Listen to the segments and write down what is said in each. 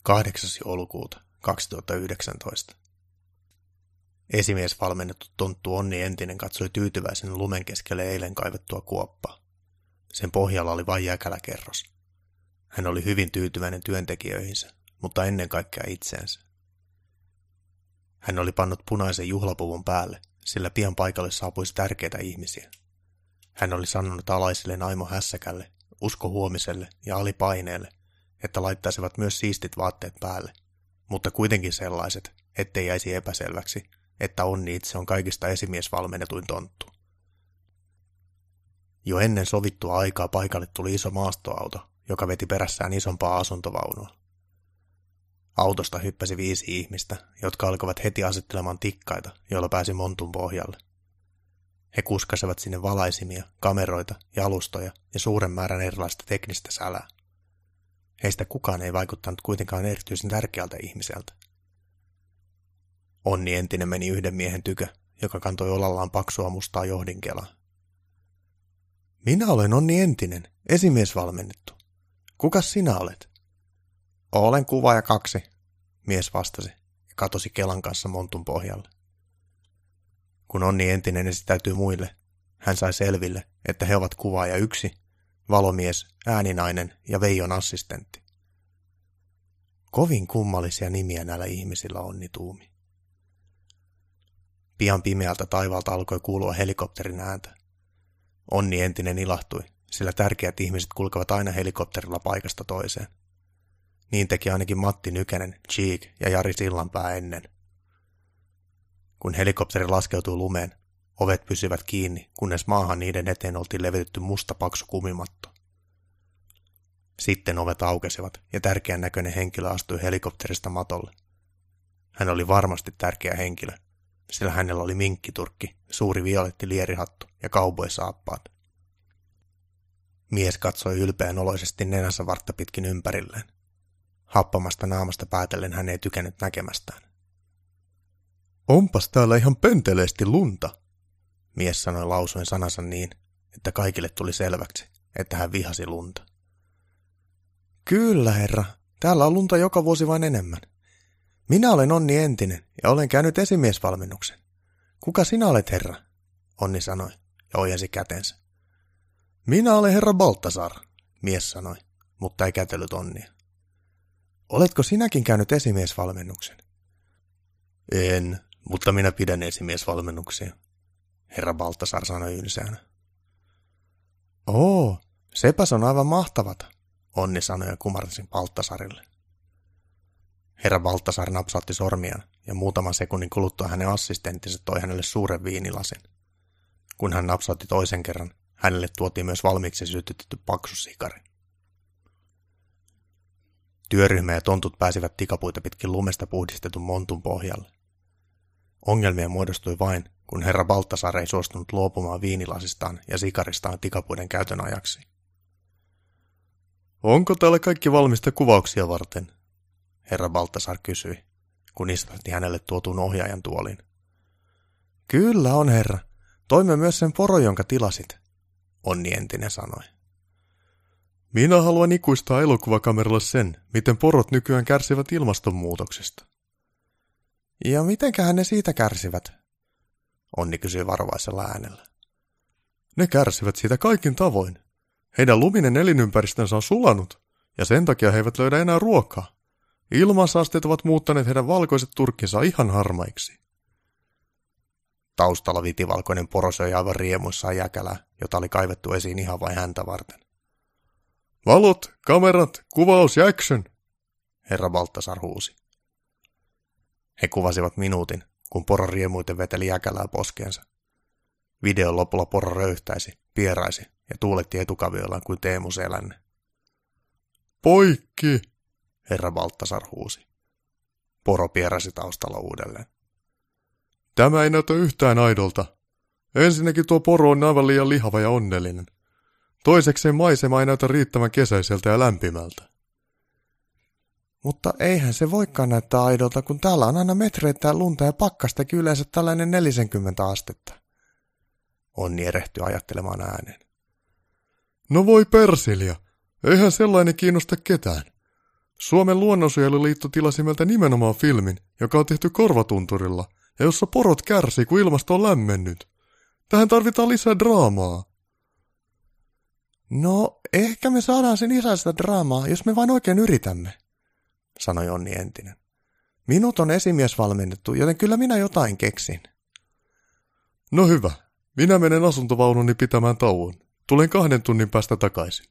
8. joulukuuta 2019. Esimiesvalmennettu tonttu Onni Entinen katsoi tyytyväisen lumen keskelle eilen kaivettua kuoppaa. Sen pohjalla oli vain jäkäläkerros. Hän oli hyvin tyytyväinen työntekijöihinsä, mutta ennen kaikkea itseensä. Hän oli pannut punaisen juhlapuvun päälle, sillä pian paikalle saapuisi tärkeitä ihmisiä. Hän oli sanonut alaisilleen Aimo Hässäkälle, Usko Huomiselle ja Ali Paineelle, että laittaisivat myös siistit vaatteet päälle, mutta kuitenkin sellaiset, ettei jäisi epäselväksi, että Onni itse on kaikista esimiesvalmennetuin tonttu. Jo ennen sovittua aikaa paikalle tuli iso maastoauto, joka veti perässään isompaa asuntovaunua. Autosta hyppäsi 5 ihmistä, jotka alkoivat heti asettelemaan tikkaita, joilla pääsi montun pohjalle. He kuskasivat sinne valaisimia, kameroita, jalustoja ja suuren määrän erilaista teknistä sälää. Heistä kukaan ei vaikuttanut kuitenkaan erityisen tärkeältä ihmiseltä. Onni Entinen meni yhden miehen tykö, joka kantoi olallaan paksua mustaa johdinkelaa. Minä olen Onni Entinen, esimiesvalmennettu. Kukas sinä olet? Olen kuvaaja 2, mies vastasi ja katosi kelan kanssa montun pohjalle. Kun Onni Entinen esittäytyi muille, hän sai selville, että he ovat kuvaaja 1, valomies, ääninainen ja Veijon assistentti. Kovin kummallisia nimiä näillä ihmisillä, Onni tuumi. Pian pimeältä taivaalta alkoi kuulua helikopterin ääntä. Onni Entinen ilahtui, sillä tärkeät ihmiset kulkevat aina helikopterilla paikasta toiseen. Niin teki ainakin Matti Nykänen, Cheek ja Jari Sillanpää ennen. Kun helikopteri laskeutui lumeen, ovet pysyvät kiinni, kunnes maahan niiden eteen oltiin levitetty musta paksu kumimatto. Sitten ovet aukesivat ja tärkeän näköinen henkilö astui helikopterista matolle. Hän oli varmasti tärkeä henkilö, sillä hänellä oli minkkiturkki, suuri violetti lierihattu ja cowboysaappaat. Mies katsoi ylpeän oloisesti nenänsä vartta pitkin ympärilleen. Happamasta naamasta päätellen hän ei tykännyt näkemästään. Onpas täällä ihan penteleesti lunta, mies sanoi lausuen sanansa niin, että kaikille tuli selväksi, että hän vihasi lunta. Kyllä, herra, täällä on lunta joka vuosi vain enemmän. Minä olen Onni Entinen ja olen käynyt esimiesvalmennuksen. Kuka sinä olet, herra? Onni sanoi ja ojensi kätensä. Minä olen herra Baltasar, mies sanoi, mutta ei kätellyt Onnia. Oletko sinäkin käynyt esimiesvalmennuksen? En, mutta minä pidän esimiesvalmennuksia, herra Baltasar sanoi ylseänä. Oo, sepäs on aivan mahtavata, Onni sanoi ja kumartasi Baltasarille. Herra Baltasar napsautti sormiaan ja muutaman sekunnin kuluttua hänen assistenttinsa toi hänelle suuren viinilasin. Kun hän napsautti toisen kerran, hänelle tuotiin myös valmiiksi sytytetty paksu sikari. Työryhmä ja tontut pääsivät tikapuita pitkin lumesta puhdistetun montun pohjalle. Ongelmia muodostui vain, kun herra Baltasar ei suostunut luopumaan viinilasistaan ja sikaristaan tikapuiden käytön ajaksi. Onko täällä kaikki valmista kuvauksia varten? Herra Baltasar kysyi, kun istahti hänelle tuotuun ohjaajan tuoliin. Kyllä on, herra. Toimme myös sen poro, jonka tilasit, Onni Entinen sanoi. Minä haluan ikuistaa elokuvakameralla sen, miten porot nykyään kärsivät ilmastonmuutoksesta. Ja mitenköhän ne siitä kärsivät? Onni kysyi varovaisella äänellä. Ne kärsivät siitä kaikin tavoin. Heidän luminen elinympäristönsä on sulanut, ja sen takia he eivät löydä enää ruokaa. Ilmansaasteet ovat muuttaneet heidän valkoiset turkkinsa ihan harmaiksi. Taustalla vitivalkoinen poro söi aivan riemuissaan jäkälää, jota oli kaivettu esiin ihan vain häntä varten. Valot, kamerat, kuvaus ja action, herra Baltasar huusi. He kuvasivat minuutin, kun poro riemuiten veteli jäkälää poskeensa. Videon lopulla poro röyhtäisi, pieraisi ja tuuletti etukavioillaan kuin Teemu Selänne. Poikki, herra Baltasar huusi. Poro pieräsi taustalla uudelleen. Tämä ei näytä yhtään aidolta. Ensinnäkin tuo poro on aivan liian lihava ja onnellinen. Toisekseen maisema ei näytä riittävän kesäiseltä ja lämpimältä. Mutta eihän se voikaan näyttää aidolta, kun täällä on aina metreittäin lunta ja pakkastakin yleensä tällainen 40 astetta. Onni erehtyi ajattelemaan ääneen. No voi persilia, eihän sellainen kiinnosta ketään. Suomen luonnonsuojeluliitto tilasi meiltä nimenomaan filmin, joka on tehty korvatunturilla ja jossa porot kärsii, kun ilmasto on lämmennyt. Tähän tarvitaan lisää draamaa. No, ehkä me saadaan sen lisää sitä draamaa, jos me vain oikein yritämme, sanoi Onni Entinen. Minut on esimies valmennettu, joten kyllä minä jotain keksin. No hyvä, minä menen asuntovaununi pitämään tauon. Tulen 2 tunnin päästä takaisin.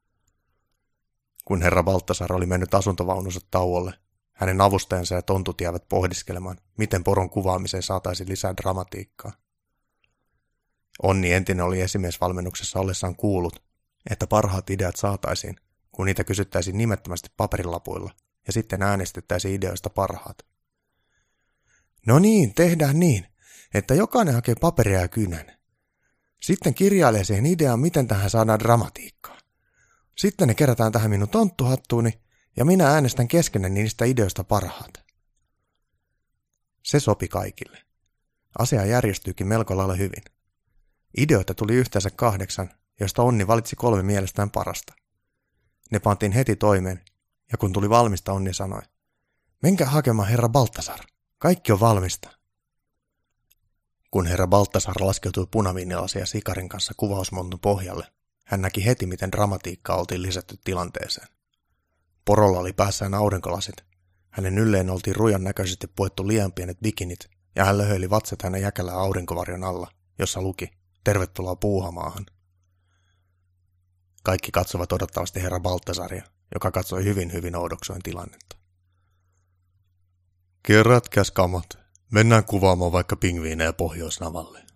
Kun herra Baltasar oli mennyt asuntovaununsa tauolle, hänen avustajansa ja tontut jäävät pohdiskelemaan, miten poron kuvaamiseen saataisiin lisää dramatiikkaa. Onni Entinen oli esimiesvalmennuksessa ollessaan kuullut, että parhaat ideat saataisiin, kun niitä kysyttäisiin nimettömästi paperilapuilla ja sitten äänestettäisiin ideoista parhaat. No niin, tehdään niin, että jokainen hakee paperia ja kynän. Sitten kirjailee siihen ideaan, miten tähän saadaan dramatiikkaa. Sitten ne kerätään tähän minun tonttuhattuuni ja minä äänestän keskenään niistä ideoista parhaat. Se sopi kaikille. Asia järjestyykin melko lailla hyvin. Ideoita tuli yhteensä 8, joista Onni valitsi 3 mielestään parasta. Ne pantiin heti toimeen, ja kun tuli valmista, Onni sanoi, menkää hakemaan herra Baltasar, kaikki on valmista. Kun herra Baltasar laskeutui punaviinilasia sikarin kanssa kuvausmontun pohjalle, hän näki heti, miten dramatiikkaa oltiin lisätty tilanteeseen. Porolla oli päässään aurinkolasit, hänen ylleen oltiin rujan näköisesti puettu liian pienet bikinit, ja hän löhöili vatsat hänen jäkälää aurinkovarjon alla, jossa luki, tervetuloa puuhamaahan. Kaikki katsovat odottavasti herra Baltasaria, joka katsoi hyvin oudoksuen tilannetta. Kerätkäs kamat, mennään kuvaamaan vaikka pingviinejä Pohjoisnavalle.